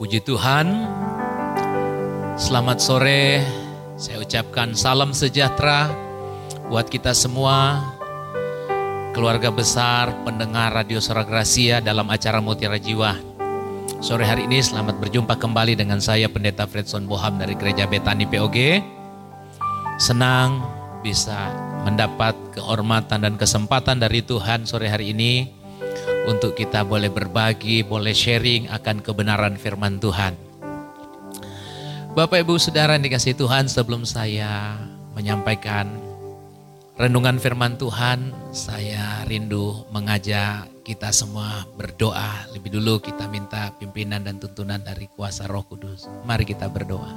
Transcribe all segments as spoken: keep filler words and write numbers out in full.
Puji Tuhan, selamat sore, saya ucapkan salam sejahtera buat kita semua, keluarga besar pendengar Radio Suara Gracia dalam acara Mutiara Jiwa. Sore hari ini selamat berjumpa kembali dengan saya Pendeta Fredson Boham dari Gereja Betani P O G. Senang bisa mendapat kehormatan dan kesempatan dari Tuhan sore hari ini untuk kita boleh berbagi, boleh sharing akan kebenaran firman Tuhan. Bapak Ibu Saudara yang dikasihi Tuhan, sebelum saya menyampaikan renungan firman Tuhan, saya rindu mengajak kita semua berdoa. Lebih dulu kita minta pimpinan dan tuntunan dari kuasa Roh Kudus. Mari kita berdoa.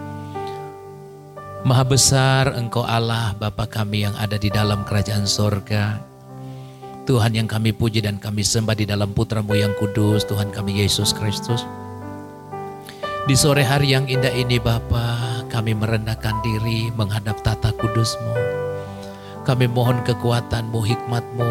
Maha besar Engkau Allah, Bapa kami yang ada di dalam kerajaan sorga. Tuhan yang kami puji dan kami sembah di dalam Putra-Mu yang kudus, Tuhan kami Yesus Kristus. Di sore hari yang indah ini Bapa, kami merendahkan diri menghadap tata kudus-Mu. Kami mohon kekuatan-Mu, hikmat-Mu,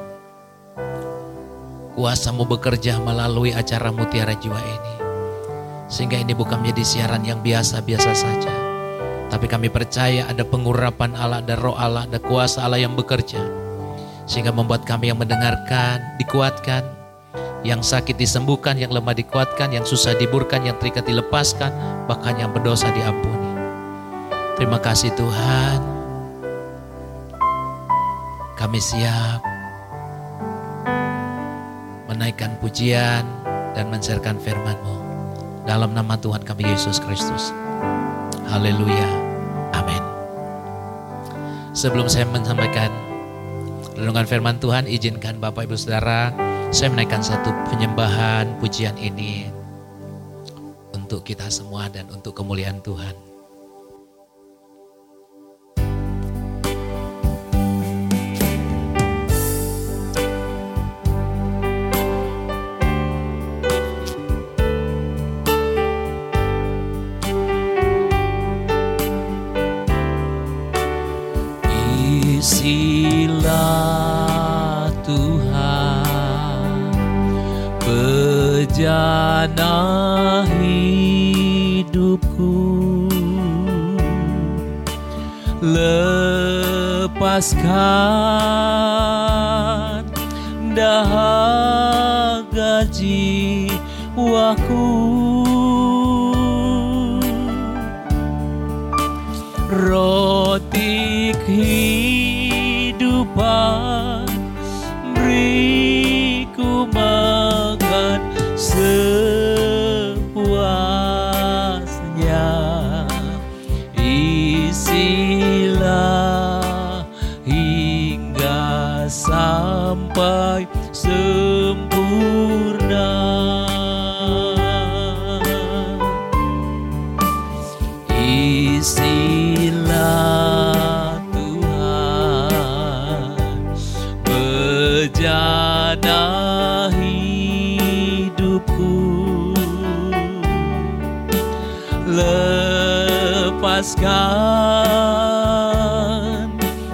kuasa-Mu bekerja melalui acara Mutiara Jiwa ini. Sehingga ini bukan menjadi siaran yang biasa-biasa saja. Tapi kami percaya ada pengurapan Allah, ada roh Allah, ada kuasa Allah yang bekerja. Sehingga membuat kami yang mendengarkan dikuatkan, yang sakit disembuhkan, yang lemah dikuatkan, yang susah diburkan, yang terikat dilepaskan, bahkan yang berdosa diampuni. Terima kasih Tuhan. Kami siap menaikkan pujian dan mensiarkan firman-Mu. Dalam nama Tuhan kami Yesus Kristus. Haleluya. Amin. Sebelum saya menyampaikan renungan firman Tuhan, izinkan Bapak Ibu Saudara saya menaikkan satu penyembahan pujian ini untuk kita semua dan untuk kemuliaan Tuhan. Isilah Tuhan bejana hidupku, lepaskan dahaga jiwaku, roti kehidupan beriku makan sepuasnya, isilah hingga sampai sempurna. Isilah bejana hidupku, lepaskan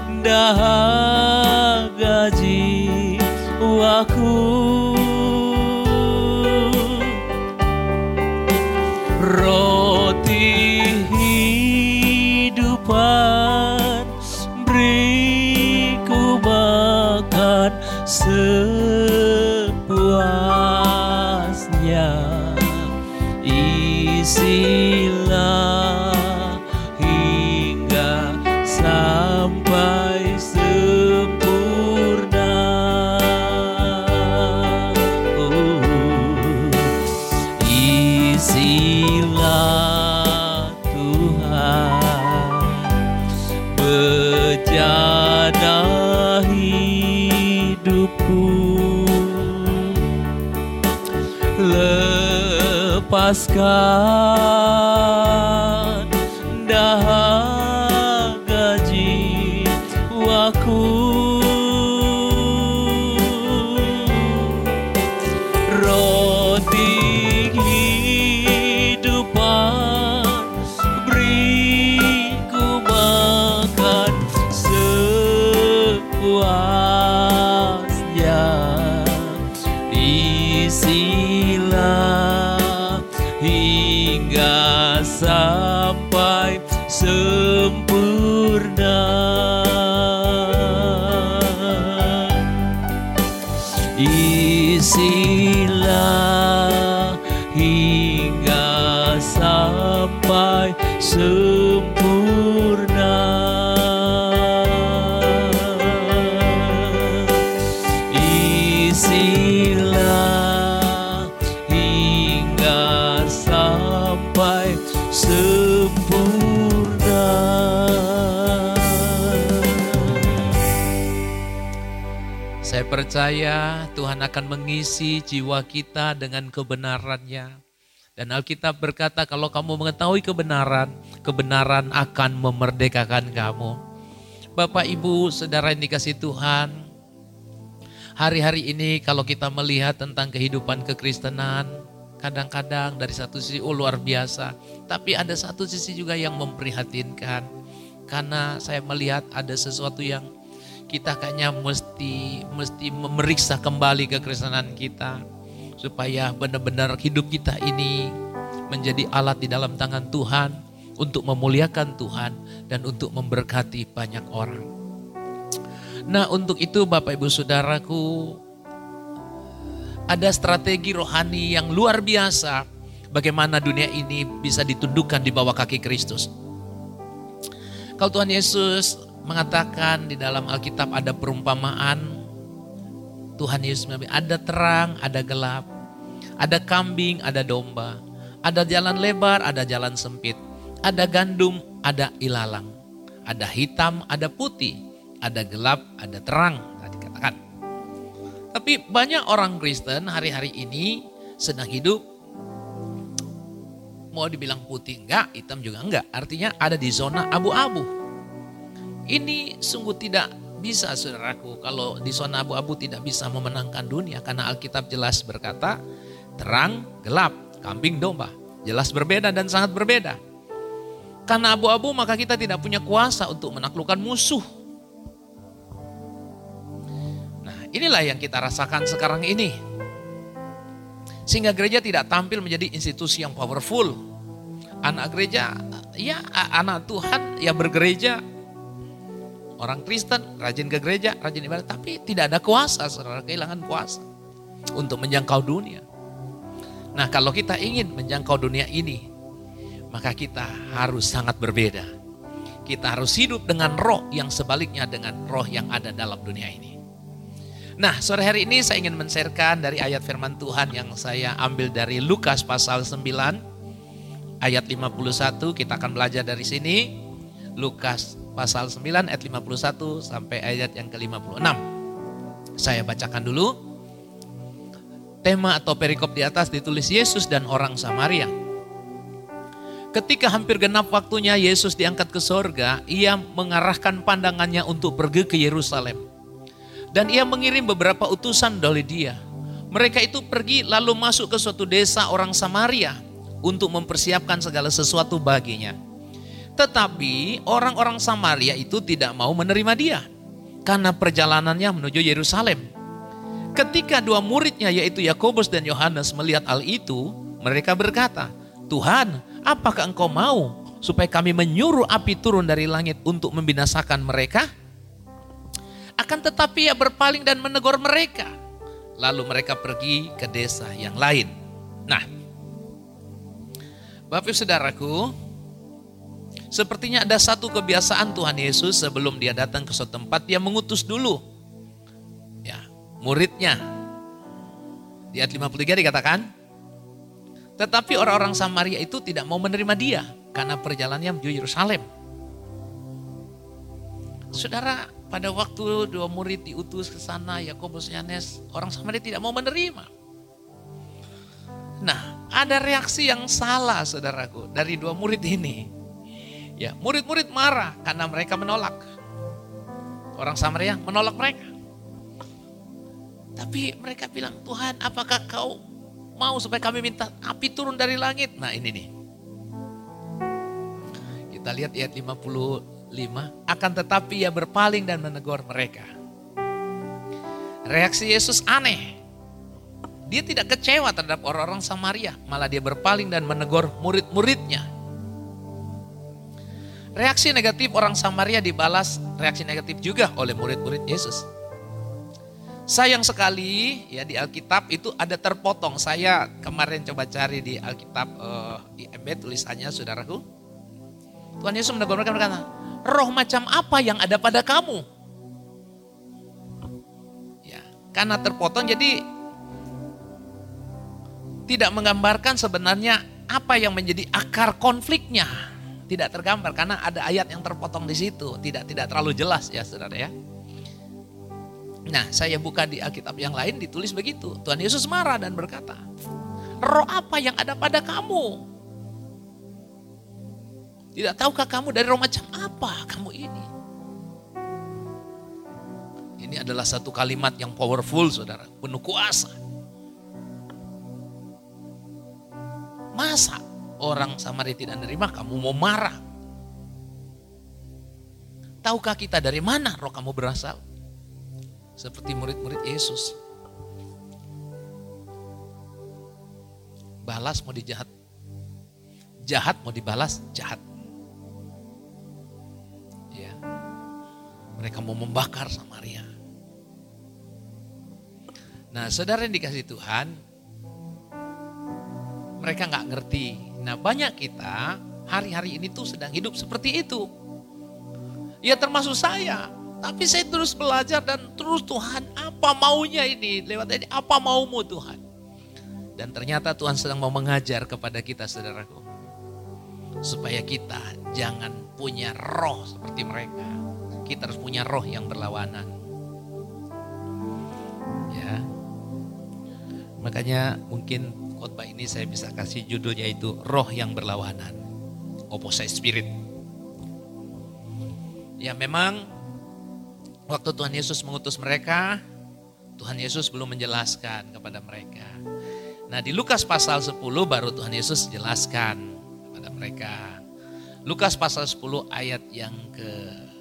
dahaga jiwaku, roti hidupan beriku makan sepuasnya, isilah hingga sampai sempurna. Oh, isilah Tuhan bejana hidupku, lepaskan dahaga jiwaku, roti hidupan beriku makan sepuasnya, isilah sampai sempurna. Isilah hingga sampai sempurna. Isilah hingga sampai sempurna. Saya percaya Tuhan akan mengisi jiwa kita dengan kebenaran-Nya. Dan Alkitab berkata kalau kamu mengetahui kebenaran, kebenaran akan memerdekakan kamu. Bapak, Ibu, Saudara yang dikasihi Tuhan, hari-hari ini kalau kita melihat tentang kehidupan kekristenan, kadang-kadang dari satu sisi oh luar biasa, tapi ada satu sisi juga yang memprihatinkan. Karena saya melihat ada sesuatu yang kita kayaknya mesti mesti memeriksa kembali kekristenan kita supaya benar-benar hidup kita ini menjadi alat di dalam tangan Tuhan untuk memuliakan Tuhan dan untuk memberkati banyak orang. Nah, untuk itu Bapak Ibu Saudaraku, ada strategi rohani yang luar biasa bagaimana dunia ini bisa ditundukkan di bawah kaki Kristus. Kalau Tuhan Yesus mengatakan di dalam Alkitab ada perumpamaan, Tuhan Yesus mengatakan ada terang, ada gelap, ada kambing, ada domba, ada jalan lebar, ada jalan sempit, ada gandum, ada ilalang, ada hitam, ada putih, ada gelap, ada terang, tadi katakan. Tapi banyak orang Kristen hari-hari ini sedang hidup, mau dibilang putih enggak, hitam juga enggak, artinya ada di zona abu-abu. Ini sungguh tidak bisa, saudaraku, kalau di zona abu-abu tidak bisa memenangkan dunia. Karena Alkitab jelas berkata, terang, gelap, kambing, domba. Jelas berbeda dan sangat berbeda. Karena abu-abu maka kita tidak punya kuasa untuk menaklukkan musuh. Nah, inilah yang kita rasakan sekarang ini. Sehingga gereja tidak tampil menjadi institusi yang powerful. Anak gereja, ya anak Tuhan, ya bergereja. Orang Kristen rajin ke gereja, rajin ibadah, tapi tidak ada kuasa, saudara, kehilangan kuasa untuk menjangkau dunia. Nah, kalau kita ingin menjangkau dunia ini, maka kita harus sangat berbeda. Kita harus hidup dengan roh yang sebaliknya dengan roh yang ada dalam dunia ini. Nah, sore hari ini saya ingin men-sharekan dari ayat firman Tuhan yang saya ambil dari Lukas pasal sembilan, ayat lima puluh satu, kita akan belajar dari sini. Lukas pasal sembilan ayat lima puluh satu sampai ayat yang ke lima puluh enam. Saya bacakan dulu. Tema atau perikop di atas ditulis Yesus dan orang Samaria. Ketika hampir genap waktunya Yesus diangkat ke sorga, ia mengarahkan pandangannya untuk pergi ke Yerusalem. Dan ia mengirim beberapa utusan dari dia. Mereka itu pergi lalu masuk ke suatu desa orang Samaria untuk mempersiapkan segala sesuatu baginya. Tetapi orang-orang Samaria itu tidak mau menerima dia karena perjalanannya menuju Yerusalem. Ketika dua muridnya yaitu Yakobus dan Yohanes melihat hal itu, mereka berkata, "Tuhan, apakah engkau mau supaya kami menyuruh api turun dari langit untuk membinasakan mereka?" Akan tetapi ia berpaling dan menegur mereka. Lalu mereka pergi ke desa yang lain. Nah, Bapak Ibu Saudaraku, sepertinya ada satu kebiasaan Tuhan Yesus sebelum dia datang ke suatu tempat, dia mengutus dulu ya, muridnya. Di ayat lima puluh tiga dikatakan, tetapi orang-orang Samaria itu tidak mau menerima dia karena perjalanannya menuju Yerusalem. Saudara, pada waktu dua murid diutus ke sana, Yakobus dan Yohanes, orang Samaria tidak mau menerima. Nah, ada reaksi yang salah, saudaraku, dari dua murid ini. Ya, murid-murid marah karena mereka menolak. Orang Samaria menolak mereka. Tapi mereka bilang, "Tuhan, apakah kau mau supaya kami minta api turun dari langit?" Nah, ini nih. Kita lihat ayat lima puluh lima. Akan tetapi ia berpaling dan menegur mereka. Reaksi Yesus aneh. Dia tidak kecewa terhadap orang-orang Samaria, malah dia berpaling dan menegur murid-muridnya. Reaksi negatif orang Samaria dibalas reaksi negatif juga oleh murid-murid Yesus. Sayang sekali ya di Alkitab itu ada terpotong. Saya kemarin coba cari di Alkitab uh, di M B tulisannya saudaraku. Tuhan Yesus menegur mereka berkata, roh macam apa yang ada pada kamu? Ya, karena terpotong jadi tidak menggambarkan sebenarnya apa yang menjadi akar konfliknya. Tidak tergambar karena ada ayat yang terpotong di situ, tidak tidak terlalu jelas ya saudara ya. Nah, saya buka di Alkitab yang lain ditulis begitu. Tuhan Yesus marah dan berkata, roh apa yang ada pada kamu? Tidak tahukah kamu dari roh macam apa kamu ini? Ini adalah satu kalimat yang powerful saudara, penuh kuasa. Masa orang Samaria tidak menerima, kamu mau marah? Tahukah kita dari mana roh kamu berasal? Seperti murid-murid Yesus. Balas mau dijahat. Jahat mau dibalas, jahat. Ya. Mereka mau membakar Samaria. Nah, saudara yang dikasih Tuhan, mereka nggak ngerti. Nah, banyak kita hari-hari ini tuh sedang hidup seperti itu. Ya termasuk saya. Tapi saya terus belajar dan terus Tuhan apa maunya ini. Lewat ini apa maumu Tuhan. Dan ternyata Tuhan sedang mau mengajar kepada kita saudaraku. Supaya kita jangan punya roh seperti mereka. Kita harus punya roh yang berlawanan. Ya. Makanya mungkin khotbah ini saya bisa kasih judulnya itu roh yang berlawanan. Opposite spirit. Ya memang waktu Tuhan Yesus mengutus mereka, Tuhan Yesus belum menjelaskan kepada mereka. Nah di Lukas pasal sepuluh baru Tuhan Yesus jelaskan kepada mereka. Lukas pasal sepuluh ayat yang ke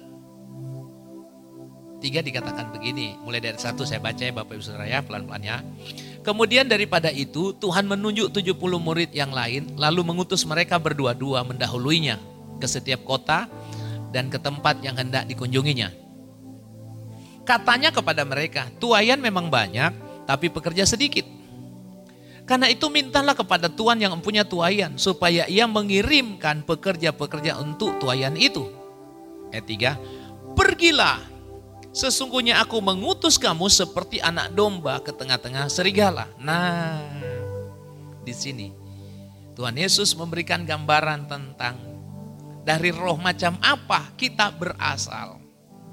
tiga dikatakan begini. Mulai dari satu saya baca ya Bapak Ibu Saudara ya pelan-pelan ya. Kemudian daripada itu Tuhan menunjuk tujuh puluh murid yang lain lalu mengutus mereka berdua-dua mendahuluinya ke setiap kota dan ke tempat yang hendak dikunjunginya. Katanya kepada mereka, tuaian memang banyak, tapi pekerja sedikit. Karena itu mintalah kepada Tuhan yang mempunyai tuaian, supaya ia mengirimkan pekerja-pekerja untuk tuaian itu. Ayat tiga, pergilah, sesungguhnya aku mengutus kamu seperti anak domba ke tengah-tengah serigala. Nah, di sini Tuhan Yesus memberikan gambaran tentang dari roh macam apa kita berasal.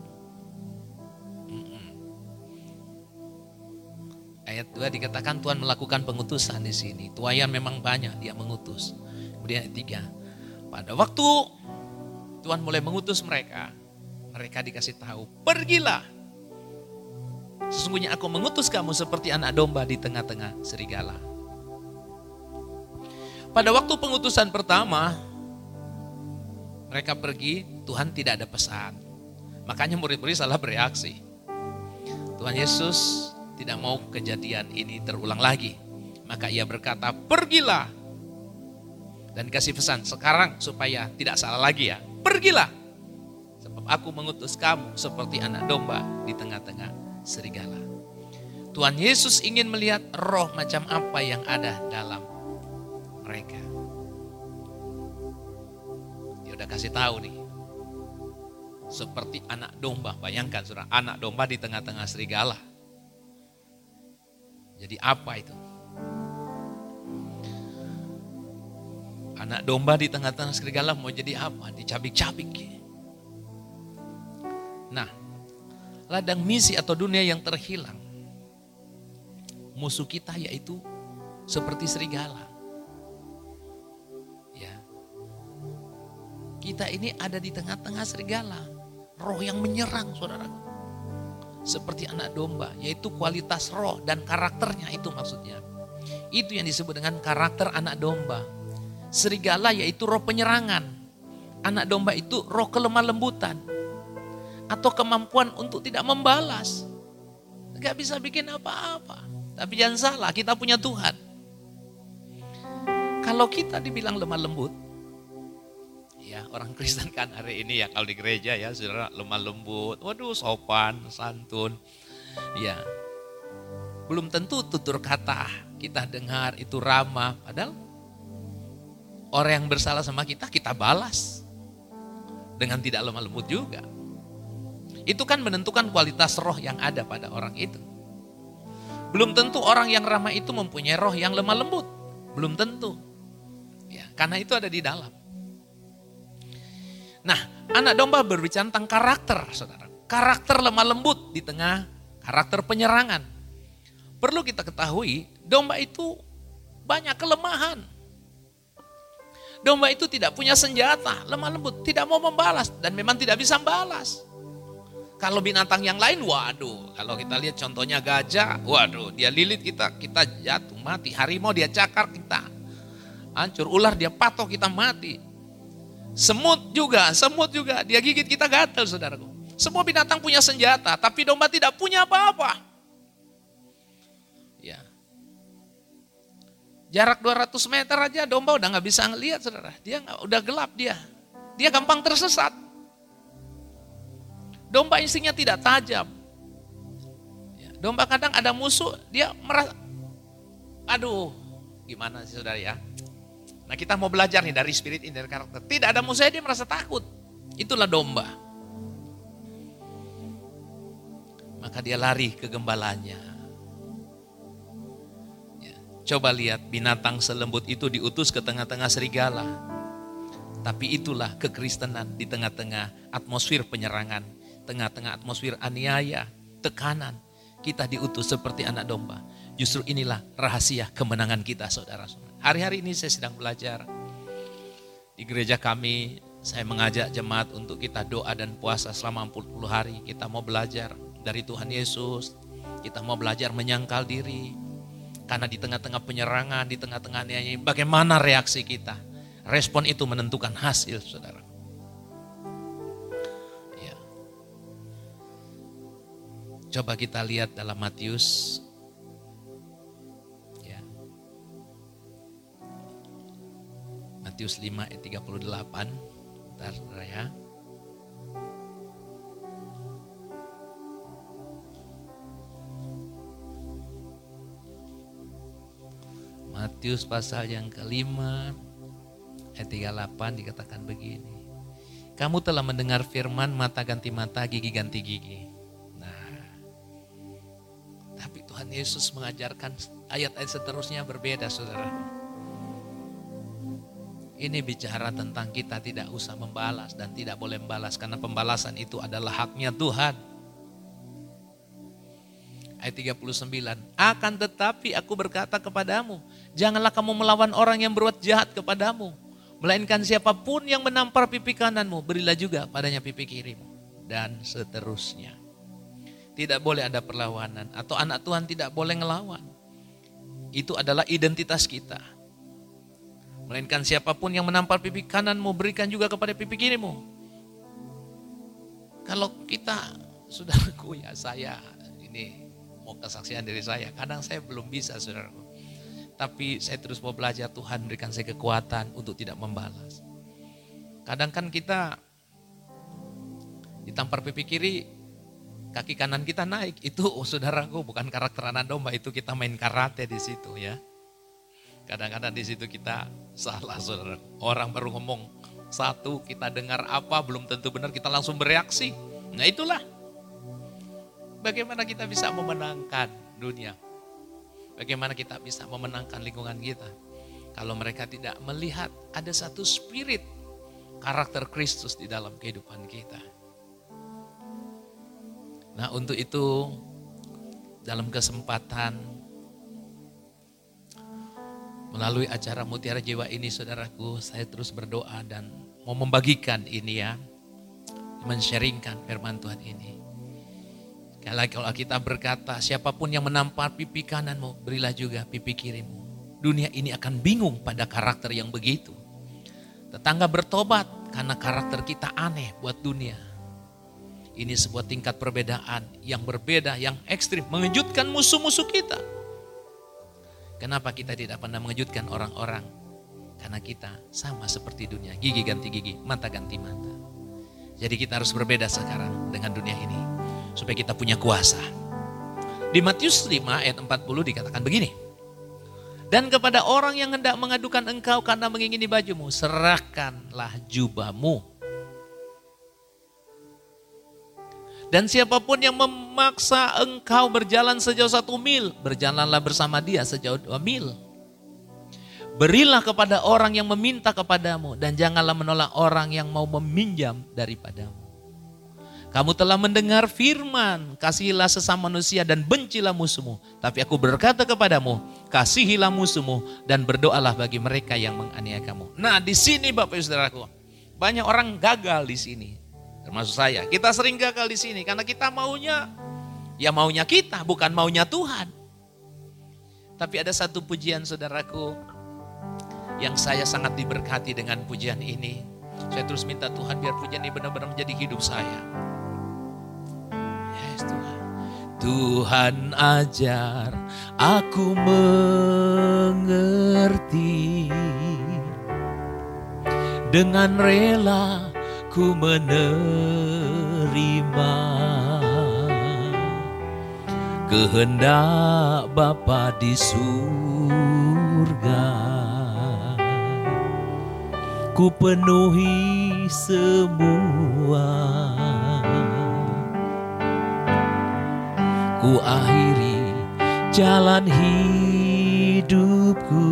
Ayat dua dikatakan Tuhan melakukan pengutusan di sini. Tuaian memang banyak, dia mengutus. Kemudian ayat tiga. Pada waktu Tuhan mulai mengutus mereka, mereka dikasih tahu, pergilah. Sesungguhnya aku mengutus kamu seperti anak domba di tengah-tengah serigala. Pada waktu pengutusan pertama, mereka pergi, Tuhan tidak ada pesan. Makanya murid-murid salah bereaksi. Tuhan Yesus tidak mau kejadian ini terulang lagi. Maka ia berkata, pergilah. Dan kasih pesan sekarang supaya tidak salah lagi ya. Pergilah. Sebab aku mengutus kamu seperti anak domba di tengah-tengah serigala. Tuhan Yesus ingin melihat roh macam apa yang ada dalam mereka. Dia udah kasih tahu nih. Seperti anak domba. Bayangkan saudara, anak domba di tengah-tengah serigala. Jadi apa itu? Anak domba di tengah-tengah serigala mau jadi apa? Dicabik-cabik. Nah, ladang misi atau dunia yang terhilang. Musuh kita yaitu seperti serigala. Ya. Kita ini ada di tengah-tengah serigala. Roh yang menyerang saudara. Seperti anak domba, yaitu kualitas roh dan karakternya itu maksudnya. Itu yang disebut dengan karakter anak domba. Serigala yaitu roh penyerangan. Anak domba itu roh kelemah lembutan. Atau kemampuan untuk tidak membalas. Gak bisa bikin apa-apa. Tapi jangan salah, kita punya Tuhan. Kalau kita dibilang lemah lembut, ya ya, orang Kristen kan hari ini ya kalau di gereja ya saudara lemah lembut, waduh sopan, santun. Ya, belum tentu tutur kata kita dengar itu ramah, padahal orang yang bersalah sama kita, kita balas dengan tidak lemah lembut juga. Itu kan menentukan kualitas roh yang ada pada orang itu. Belum tentu orang yang ramah itu mempunyai roh yang lemah lembut, belum tentu. Ya, karena itu ada di dalam. Nah, anak domba berbicara tentang karakter, saudara. Karakter lemah lembut di tengah karakter penyerangan. Perlu kita ketahui, domba itu banyak kelemahan. Domba itu tidak punya senjata, lemah lembut, tidak mau membalas dan memang tidak bisa membalas. Kalau binatang yang lain, waduh, kalau kita lihat contohnya gajah, waduh, dia lilit kita, kita jatuh mati. Harimau dia cakar kita, hancur. Ular dia patok kita mati. Semut juga, semut juga, dia gigit kita gatal, saudaraku. Semua binatang punya senjata, tapi domba tidak punya apa-apa. Ya. Jarak dua ratus meter aja domba udah gak bisa ngelihat, saudara. Dia gak, udah gelap dia. Dia gampang tersesat. Domba instingnya tidak tajam. Ya. Domba kadang ada musuh, dia merasa, aduh, gimana sih saudara ya. Nah kita mau belajar nih dari spirit ini, dari karakter. Tidak ada musuhnya dia merasa takut. Itulah domba. Maka dia lari ke gembalanya. Ya, coba lihat binatang selembut itu diutus ke tengah-tengah serigala. Tapi itulah kekristenan di tengah-tengah atmosfer penyerangan. Tengah-tengah atmosfer aniaya, tekanan. Kita diutus seperti anak domba. Justru inilah rahasia kemenangan kita, saudara-saudara. Hari-hari ini saya sedang belajar. Di gereja kami, saya mengajak jemaat untuk kita doa dan puasa selama empat puluh hari. Kita mau belajar dari Tuhan Yesus. Kita mau belajar menyangkal diri. Karena di tengah-tengah penyerangan, di tengah-tengah ini, bagaimana reaksi kita. Respon itu menentukan hasil, saudara. Ya. Coba kita lihat dalam Matius. Matius lima ayat tiga puluh delapan. Bentar ya. Matius pasal yang kelima ayat tiga puluh delapan dikatakan begini. Kamu telah mendengar firman mata ganti mata, gigi ganti gigi. Nah, tapi Tuhan Yesus mengajarkan ayat-ayat seterusnya berbeda, saudara. Ini bicara tentang kita tidak usah membalas dan tidak boleh membalas karena pembalasan itu adalah haknya Tuhan. Ayat tiga puluh sembilan, akan tetapi aku berkata kepadamu, janganlah kamu melawan orang yang berbuat jahat kepadamu, melainkan siapapun yang menampar pipi kananmu, berilah juga padanya pipi kirimu, dan seterusnya. Tidak boleh ada perlawanan atau anak Tuhan tidak boleh ngelawan. Itu adalah identitas kita. Melainkan siapapun yang menampar pipi kananmu, berikan juga kepada pipi kirimu. Kalau kita, saudaraku ya saya, ini mau kesaksian dari saya. Kadang saya belum bisa, saudaraku. Tapi saya terus mau belajar, Tuhan berikan saya kekuatan untuk tidak membalas. Kadang kan kita ditampar pipi kiri, kaki kanan kita naik. Itu oh, saudaraku bukan karakter anak domba, itu kita main karate di situ ya. Kadang-kadang di situ kita salah, saudara. Orang baru ngomong satu, kita dengar apa, belum tentu benar, kita langsung bereaksi. Nah itulah. Bagaimana kita bisa memenangkan dunia? Bagaimana kita bisa memenangkan lingkungan kita? Kalau mereka tidak melihat ada satu spirit karakter Kristus di dalam kehidupan kita. Nah untuk itu, dalam kesempatan melalui acara Mutiara Jiwa ini, saudaraku, saya terus berdoa dan mau membagikan ini ya, men-sharingkan firman Tuhan ini. Kalau kita berkata, siapapun yang menampar pipi kananmu, berilah juga pipi kirimu. Dunia ini akan bingung pada karakter yang begitu. Tetangga bertobat karena karakter kita aneh buat dunia. Ini sebuah tingkat perbedaan yang berbeda, yang ekstrim, mengejutkan musuh-musuh kita. Kenapa kita tidak pernah mengejutkan orang-orang? Karena kita sama seperti dunia, gigi ganti gigi, mata ganti mata. Jadi kita harus berbeda sekarang dengan dunia ini, supaya kita punya kuasa. Di Matius lima ayat empat puluh dikatakan begini. Dan kepada orang yang hendak mengadukan engkau karena mengingini bajumu, serahkanlah jubahmu. Dan siapapun yang memaksa engkau berjalan sejauh satu mil, berjalanlah bersama dia sejauh dua mil. Berilah kepada orang yang meminta kepadamu, dan janganlah menolak orang yang mau meminjam daripadamu. Kamu telah mendengar firman, kasihilah sesama manusia dan bencilah musuhmu. Tapi aku berkata kepadamu, kasihilah musuhmu dan berdoalah bagi mereka yang menganiaya kamu. Nah, di sini Bapak Ibu Saudaraku, banyak orang gagal di sini. Termasuk saya. Kita sering gagal di sini karena kita maunya, ya maunya kita, bukan maunya Tuhan. Tapi ada satu pujian saudaraku, yang saya sangat diberkati dengan pujian ini. Saya terus minta Tuhan biar pujian ini benar-benar menjadi hidup saya. Yes, Tuhan. Tuhan ajar aku mengerti, dengan rela ku menerima kehendak Bapa di surga. Ku penuhi semua, ku akhiri jalan hidupku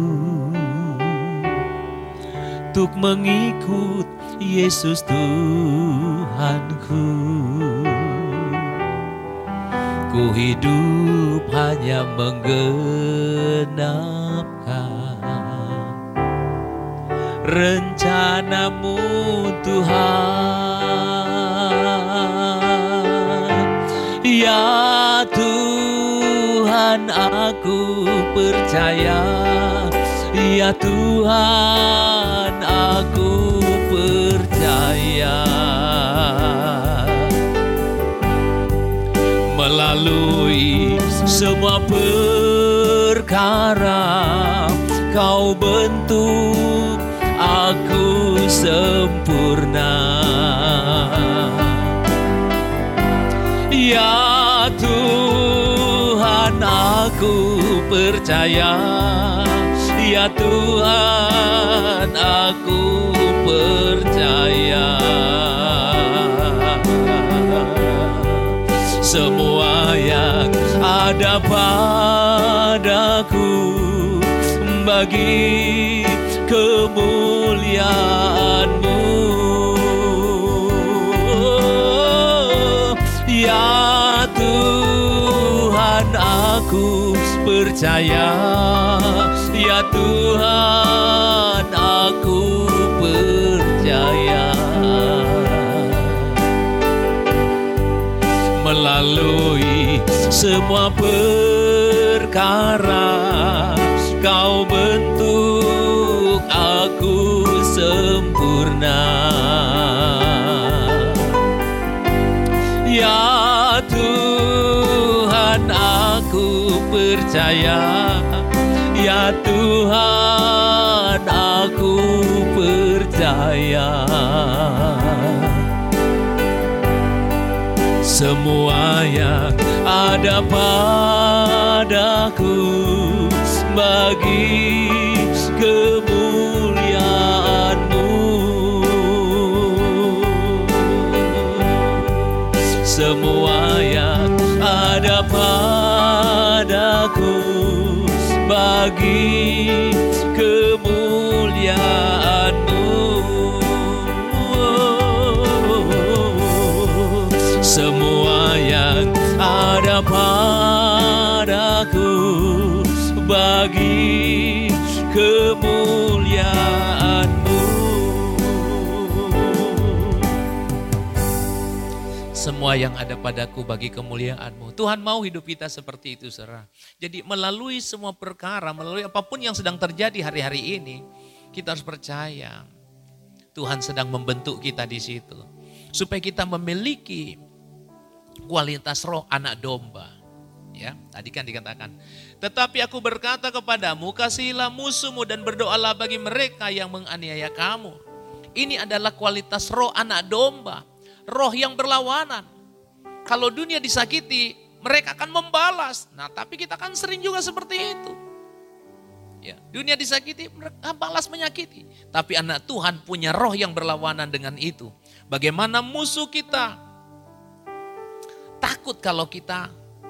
untuk mengikut Yesus Tuhanku. Ku hidup hanya menggenapkan rencanamu Tuhan. Ya Tuhan aku percaya, ya Tuhan aku percaya. Melalui semua perkara Kau bentuk aku sempurna. Ya Tuhan aku percaya, ya Tuhan aku percaya. Semua yang ada padaku bagi kemuliaan-Mu. Ya Tuhan aku percaya, ya Tuhan aku percaya. Melalui semua perkara Kau bentuk aku sempurna. Ya Tuhan aku percaya, ya Tuhan aku percaya. Semua yang ada padaku bagi kemuliaan-Mu. Semua yang ada padaku bagi kemuliaan-Mu. Semua yang ada padaku bagi kemuliaan-Mu. Semua yang ada padaku bagi kemuliaan-Mu. Tuhan mau hidup kita seperti itu, saudara. Jadi melalui semua perkara, melalui apapun yang sedang terjadi hari-hari ini, kita harus percaya Tuhan sedang membentuk kita di situ. Supaya kita memiliki kualitas roh anak domba. Ya, tadi kan dikatakan Tetapi aku berkata kepadamu, kasihilah musuhmu dan berdoalah bagi mereka yang menganiaya kamu. Ini adalah kualitas roh anak domba, roh yang berlawanan. Kalau dunia disakiti, mereka akan membalas. Nah, tapi kita kan sering juga seperti itu. Ya, dunia disakiti, mereka balas menyakiti. Tapi anak Tuhan punya roh yang berlawanan dengan itu. Bagaimana musuh kita takut kalau kita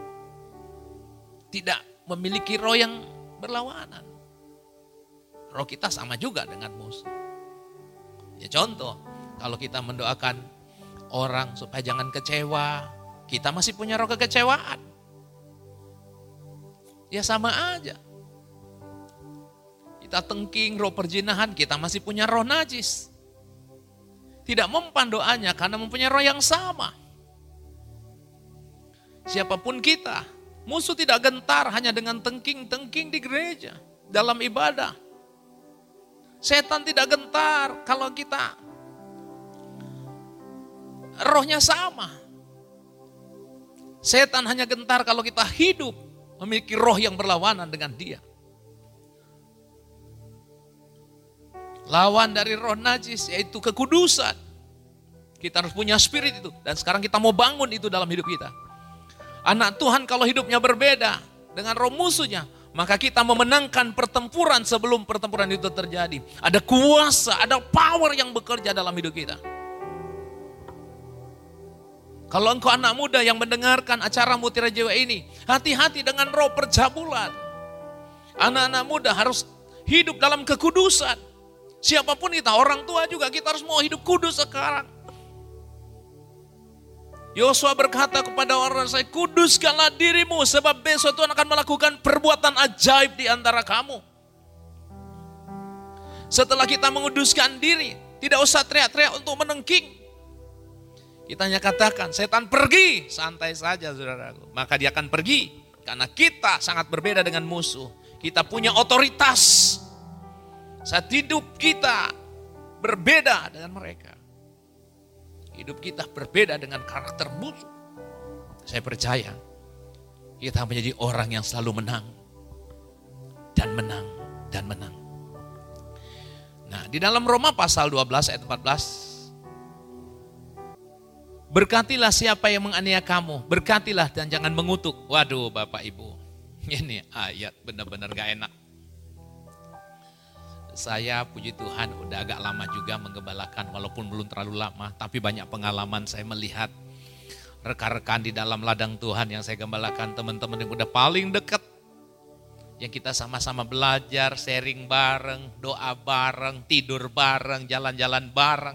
tidak memiliki roh yang berlawanan. Roh kita sama juga dengan musuh. Ya contoh, kalau kita mendoakan orang supaya jangan kecewa, kita masih punya roh kekecewaan. Ya sama aja. Kita tengking roh perjinahan, kita masih punya roh najis. Tidak mempan doanya karena mempunyai roh yang sama. Siapapun kita, musuh tidak gentar hanya dengan tengking-tengking di gereja, dalam ibadah. Setan tidak gentar kalau kita rohnya sama. Setan hanya gentar kalau kita hidup memiliki roh yang berlawanan dengan dia. Lawan dari roh najis yaitu kekudusan. Kita harus punya spirit itu. Dan sekarang kita mau bangun itu dalam hidup kita. Anak Tuhan kalau hidupnya berbeda dengan roh musuhnya, maka kita memenangkan pertempuran sebelum pertempuran itu terjadi. Ada kuasa, ada power yang bekerja dalam hidup kita. Kalau engkau anak muda yang mendengarkan acara Mutiara Jiwa ini, hati-hati dengan roh percabulan. Anak-anak muda harus hidup dalam kekudusan. Siapapun kita, orang tua juga, kita harus mau hidup kudus sekarang. Yosua berkata kepada orang saya, kuduskanlah dirimu sebab besok Tuhan akan melakukan perbuatan ajaib di antara kamu. Setelah kita menguduskan diri, tidak usah teriak-teriak untuk menengking. Kita hanya katakan, setan pergi, santai saja saudaraku. Maka dia akan pergi, karena kita sangat berbeda dengan musuh. Kita punya otoritas. Saat hidup kita berbeda dengan mereka. Hidup kita berbeda dengan karakter musuh. Saya percaya kita menjadi orang yang selalu menang. Dan menang, dan menang. Nah, di dalam Roma pasal dua belas ayat empat belas. Berkatilah siapa yang menganiaya kamu. Berkatilah dan jangan mengutuk. Waduh Bapak Ibu. Ini ayat benar-benar gak enak. Saya puji Tuhan udah agak lama juga menggembalakan walaupun belum terlalu lama. Tapi banyak pengalaman saya melihat rekan-rekan di dalam ladang Tuhan yang saya gembalakan. Teman-teman yang udah paling dekat. Yang kita sama-sama belajar, sharing bareng, doa bareng, tidur bareng, jalan-jalan bareng.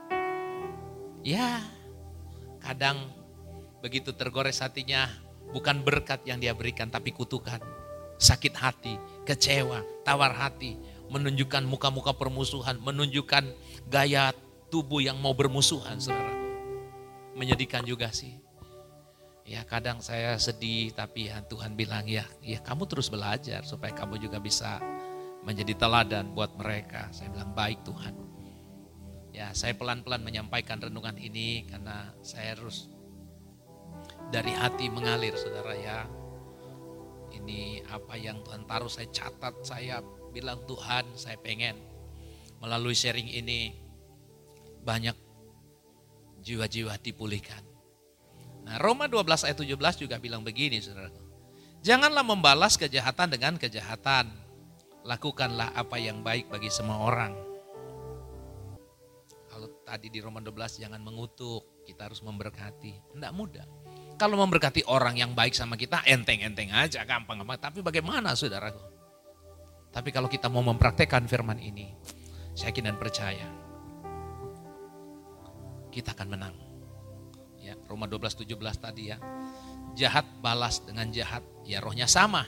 Ya, kadang begitu tergores hatinya bukan berkat yang dia berikan tapi kutukan. Sakit hati, kecewa, tawar hati. Menunjukkan muka-muka permusuhan, menunjukkan gaya tubuh yang mau bermusuhan, saudara. Menyedihkan juga sih. Ya kadang saya sedih, tapi ya Tuhan bilang ya, ya kamu terus belajar supaya kamu juga bisa menjadi teladan buat mereka. Saya bilang baik Tuhan. Ya saya pelan-pelan menyampaikan renungan ini karena saya harus dari hati mengalir, saudara ya. Ini apa yang Tuhan taruh saya catat, saya bilang Tuhan saya pengen melalui sharing ini banyak jiwa-jiwa dipulihkan. Nah Roma dua belas ayat tujuh belas juga bilang begini saudara. Janganlah membalas kejahatan dengan kejahatan. Lakukanlah apa yang baik bagi semua orang. Kalau tadi di Roma dua belas jangan mengutuk, kita harus memberkati. Tidak mudah. Kalau memberkati orang yang baik sama kita enteng-enteng aja, gampang-gampang. Tapi bagaimana saudaraku? Tapi kalau kita mau mempraktekkan firman ini, saya yakin dan percaya kita akan menang. Ya, Roma dua belas tujuh belas tadi ya. Jahat balas dengan jahat, ya rohnya sama.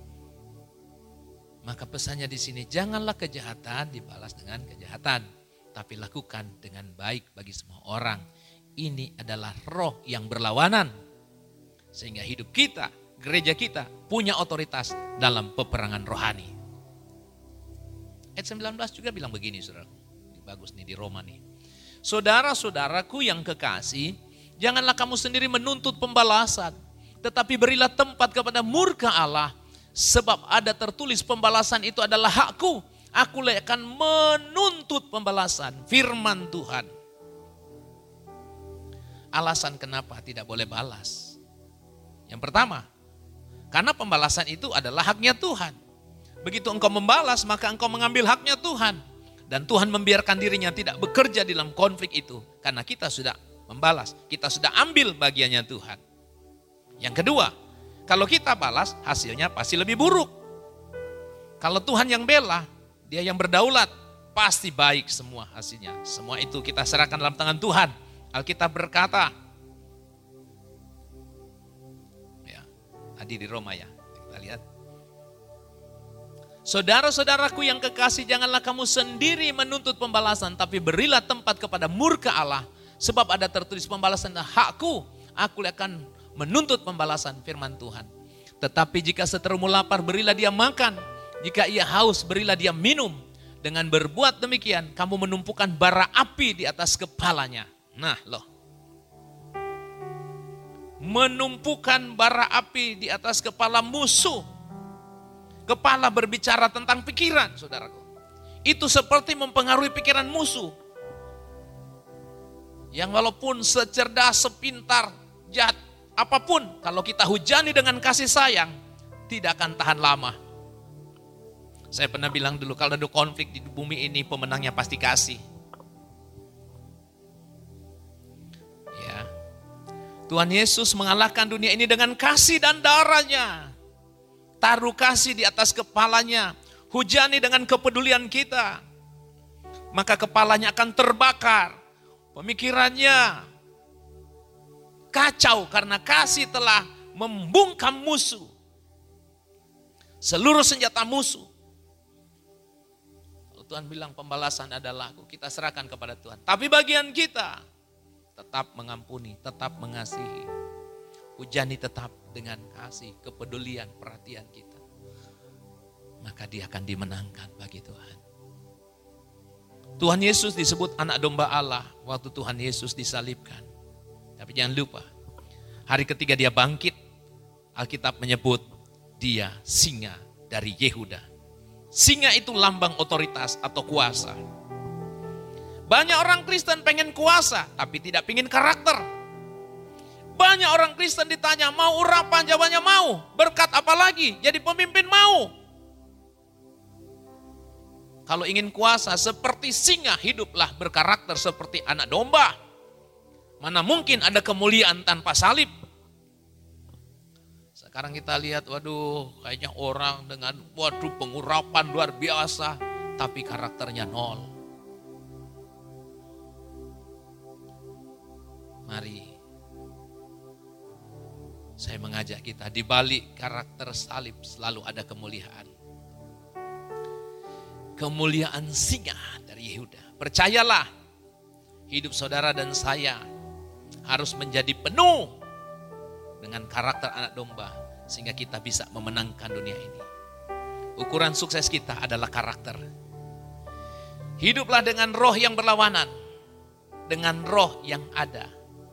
Maka pesannya di sini, janganlah kejahatan dibalas dengan kejahatan, tapi lakukan dengan baik bagi semua orang. Ini adalah roh yang berlawanan. Sehingga hidup kita, gereja kita punya otoritas dalam peperangan rohani. Ayat sembilan belas juga bilang begini saudara. Bagus nih di Roma nih. Saudara-saudaraku yang kekasih, janganlah kamu sendiri menuntut pembalasan. Tetapi berilah tempat kepada murka Allah. Sebab ada tertulis pembalasan itu adalah hakku. Aku akan menuntut pembalasan. Firman Tuhan. Alasan kenapa tidak boleh balas. Yang pertama, karena pembalasan itu adalah haknya Tuhan. Begitu engkau membalas, maka engkau mengambil haknya Tuhan. Dan Tuhan membiarkan dirinya tidak bekerja dalam konflik itu. Karena kita sudah membalas, kita sudah ambil bagiannya Tuhan. Yang kedua, kalau kita balas, hasilnya pasti lebih buruk. Kalau Tuhan yang bela, Dia yang berdaulat, pasti baik semua hasilnya. Semua itu kita serahkan dalam tangan Tuhan. Alkitab berkata, ya, tadi di Roma ya, kita lihat. Saudara-saudaraku yang kekasih, janganlah kamu sendiri menuntut pembalasan, tapi berilah tempat kepada murka Allah. Sebab ada tertulis pembalasan hakku, aku akan menuntut pembalasan, firman Tuhan. Tetapi jika seterumu lapar, berilah dia makan. Jika ia haus, berilah dia minum. Dengan berbuat demikian, kamu menumpukan bara api di atas kepalanya. Nah loh. Menumpukan bara api di atas kepala musuh. Kepala berbicara tentang pikiran, saudaraku. Itu seperti mempengaruhi pikiran musuh. Yang walaupun secerdas, sepintar, jahat, apapun, kalau kita hujani dengan kasih sayang, tidak akan tahan lama. Saya pernah bilang dulu, kalau ada konflik di bumi ini, pemenangnya pasti kasih. Ya. Tuhan Yesus mengalahkan dunia ini dengan kasih dan darahnya. Taruh kasih di atas kepalanya. Hujani dengan kepedulian kita. Maka kepalanya akan terbakar. Pemikirannya kacau karena kasih telah membungkam musuh. Seluruh senjata musuh. Tuhan bilang pembalasan adalah aku. Kita serahkan kepada Tuhan. Tapi bagian kita tetap mengampuni, tetap mengasihi. Hujani tetap dengan kasih, kepedulian, perhatian kita. Maka dia akan dimenangkan bagi Tuhan. Tuhan Yesus disebut anak domba Allah waktu Tuhan Yesus disalibkan. Tapi jangan lupa, hari ketiga dia bangkit, Alkitab menyebut dia singa dari Yehuda. Singa itu lambang otoritas atau kuasa. Banyak orang Kristen pengen kuasa, tapi tidak pengen karakter. Banyak orang Kristen ditanya, mau urapan? Jawabannya mau. Berkat apa lagi? Jadi pemimpin mau. Kalau ingin kuasa seperti singa, hiduplah berkarakter seperti anak domba. Mana mungkin ada kemuliaan tanpa salib? Sekarang kita lihat, waduh kayaknya orang dengan waduh pengurapan luar biasa, tapi karakternya nol. Mari. Saya mengajak kita, di balik karakter salib selalu ada kemuliaan. Kemuliaan singa dari Yehuda. Percayalah, hidup saudara dan saya harus menjadi penuh dengan karakter anak domba. Sehingga kita bisa memenangkan dunia ini. Ukuran sukses kita adalah karakter. Hiduplah dengan roh yang berlawanan. Dengan roh yang ada.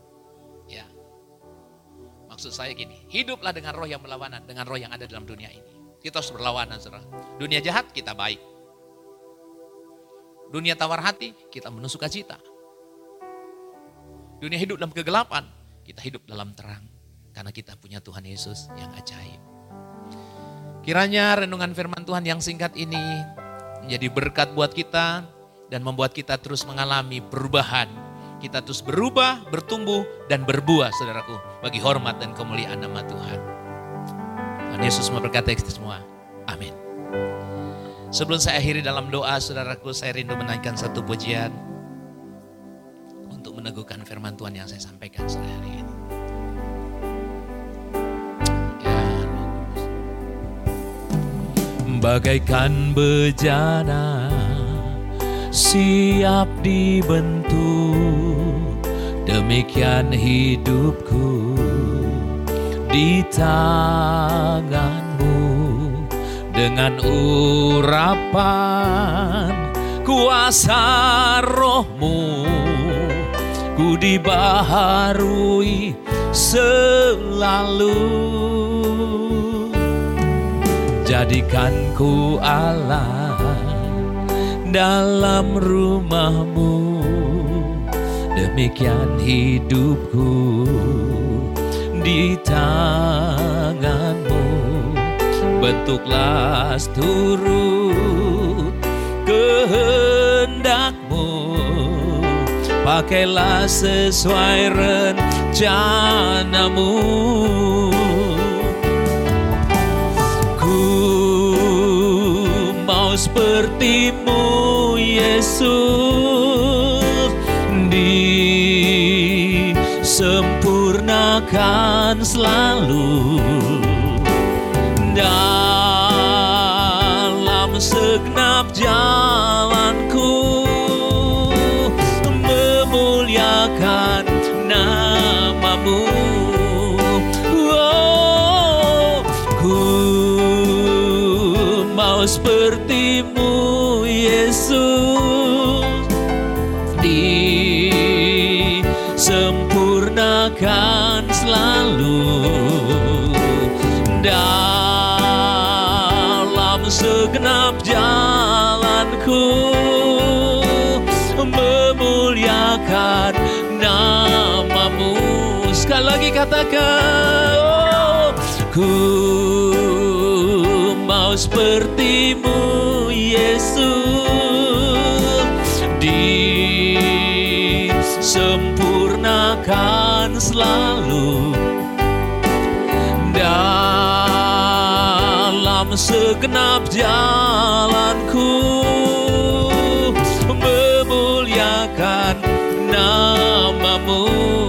Maksud saya gini, hiduplah dengan roh yang berlawanan, dengan roh yang ada dalam dunia ini. Kita harus berlawanan, saudara. Dunia jahat, kita baik. Dunia tawar hati, kita menusuk sukacita. Dunia hidup dalam kegelapan, kita hidup dalam terang. Karena kita punya Tuhan Yesus yang ajaib. Kiranya renungan firman Tuhan yang singkat ini menjadi berkat buat kita dan membuat kita terus mengalami perubahan. Kita terus berubah, bertumbuh, dan berbuah, saudaraku, bagi hormat dan kemuliaan nama Tuhan. Tuhan Yesus memberkati kita semua. Amin. Sebelum saya akhiri dalam doa, saudaraku, saya rindu menaikkan satu pujian untuk meneguhkan firman Tuhan yang saya sampaikan sore hari ini. Bagaikan bejana siap dibentuk, demikian hidupku di tanganmu. Dengan urapan kuasa rohmu, ku dibaharui selalu. Jadikanku Allah dalam rumah-Mu, demikian hidupku di tangan-Mu. Bentuklah turut kehendak-Mu, pakailah sesuai rencana-Mu. Ku mau seperti-Mu Yesus, disempurnakan selalu dalam segenap jalanku, memuliakan nama-Mu. Oh, ku mau seperti-Mu Yesus, disempurnakan selalu dalam segenap jalanku, memuliakan nama-Mu. Sekali lagi katakan, oh, ku mau seperti-Mu Yesus, disempurnakan selalu dalam segenap jalanku, memuliakan nama-Mu,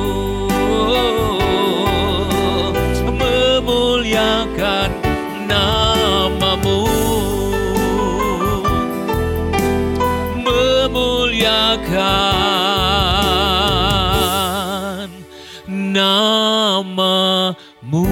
memuliakan nama-Mu, memuliakan nama-Mu.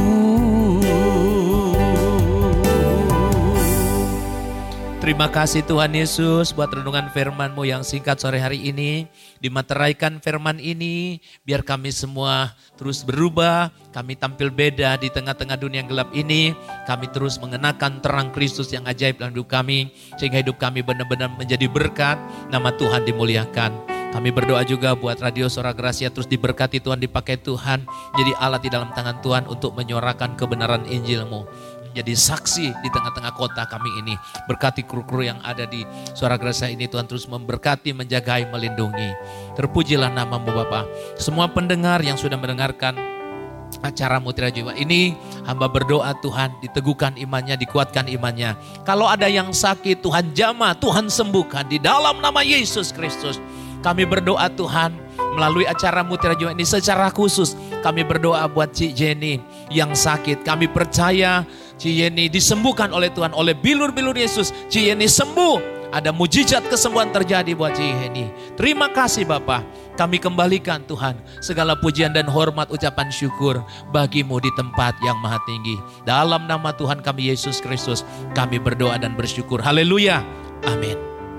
Terima kasih Tuhan Yesus buat renungan firman-Mu yang singkat sore hari ini. Dimateraikan firman ini, biar kami semua terus berubah, kami tampil beda di tengah-tengah dunia yang gelap ini. Kami terus mengenakan terang Kristus yang ajaib dalam hidup kami, sehingga hidup kami benar-benar menjadi berkat, nama Tuhan dimuliakan. Kami berdoa juga buat Radio Suara Gracia terus diberkati Tuhan, dipakai Tuhan, jadi alat di dalam tangan Tuhan untuk menyuarakan kebenaran Injil-Mu. Jadi saksi di tengah-tengah kota kami ini. Berkati kru-kru yang ada di Suara Gracia ini, Tuhan terus memberkati, menjagai, melindungi. Terpujilah nama-Mu Bapa. Semua pendengar yang sudah mendengarkan acara Mutiara Jiwa ini, hamba berdoa Tuhan diteguhkan imannya, dikuatkan imannya. Kalau ada yang sakit, Tuhan jamah, Tuhan sembuhkan di dalam nama Yesus Kristus. Kami berdoa Tuhan melalui acara Mutiara Jiwa ini secara khusus. Kami berdoa buat Cik Jenny yang sakit. Kami percaya Cik Jenny disembuhkan oleh Tuhan, oleh bilur-bilur Yesus. Cik Jenny sembuh. Ada mujizat kesembuhan terjadi buat Cik Jenny. Terima kasih Bapa. Kami kembalikan Tuhan segala pujian dan hormat, ucapan syukur bagi-Mu di tempat yang maha tinggi. Dalam nama Tuhan kami Yesus Kristus kami berdoa dan bersyukur. Haleluya. Amin.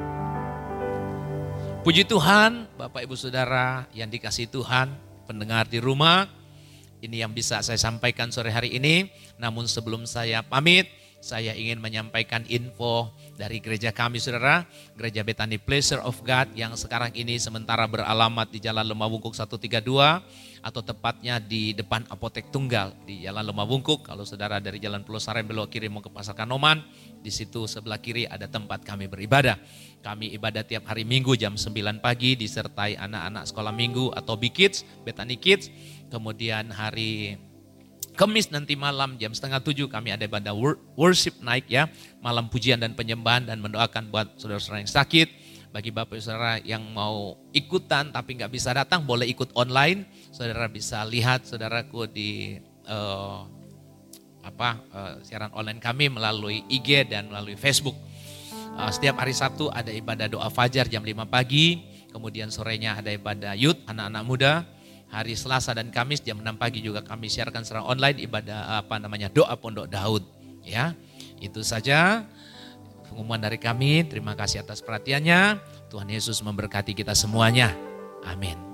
Puji Tuhan, Bapak Ibu Saudara yang dikasihi Tuhan, pendengar di rumah. Ini yang bisa saya sampaikan sore hari ini. Namun sebelum saya pamit, saya ingin menyampaikan info dari gereja kami Saudara. Gereja Bethany Pleasure of God yang sekarang ini sementara beralamat di Jalan Lemah-Wungkuk seratus tiga puluh dua. Atau tepatnya di depan Apotek Tunggal di Jalan Lemah-Wungkuk. Kalau saudara dari Jalan Pulau Saren belok kiri mau ke Pasar Kanoman, di situ sebelah kiri ada tempat kami beribadah. Kami ibadah tiap hari Minggu jam sembilan pagi disertai anak-anak sekolah minggu atau B Kids, Bethany Kids. Kemudian hari Kamis nanti malam jam setengah tujuh kami ada ibadah worship night ya. Malam pujian dan penyembahan dan mendoakan buat saudara-saudara yang sakit. Bagi Bapak Saudara yang mau ikutan tapi nggak bisa datang, boleh ikut online. Saudara bisa lihat saudaraku di uh, apa uh, siaran online kami melalui I G dan melalui Facebook. Uh, setiap hari Sabtu ada ibadah doa fajar jam lima pagi. Kemudian sorenya ada ibadah youth, anak-anak muda. Hari Selasa dan Kamis jam enam pagi juga kami siarkan secara online ibadah apa namanya doa Pondok Daud. Ya, itu saja pengumuman dari kami. Terima kasih atas perhatiannya. Tuhan Yesus memberkati kita semuanya. Amin.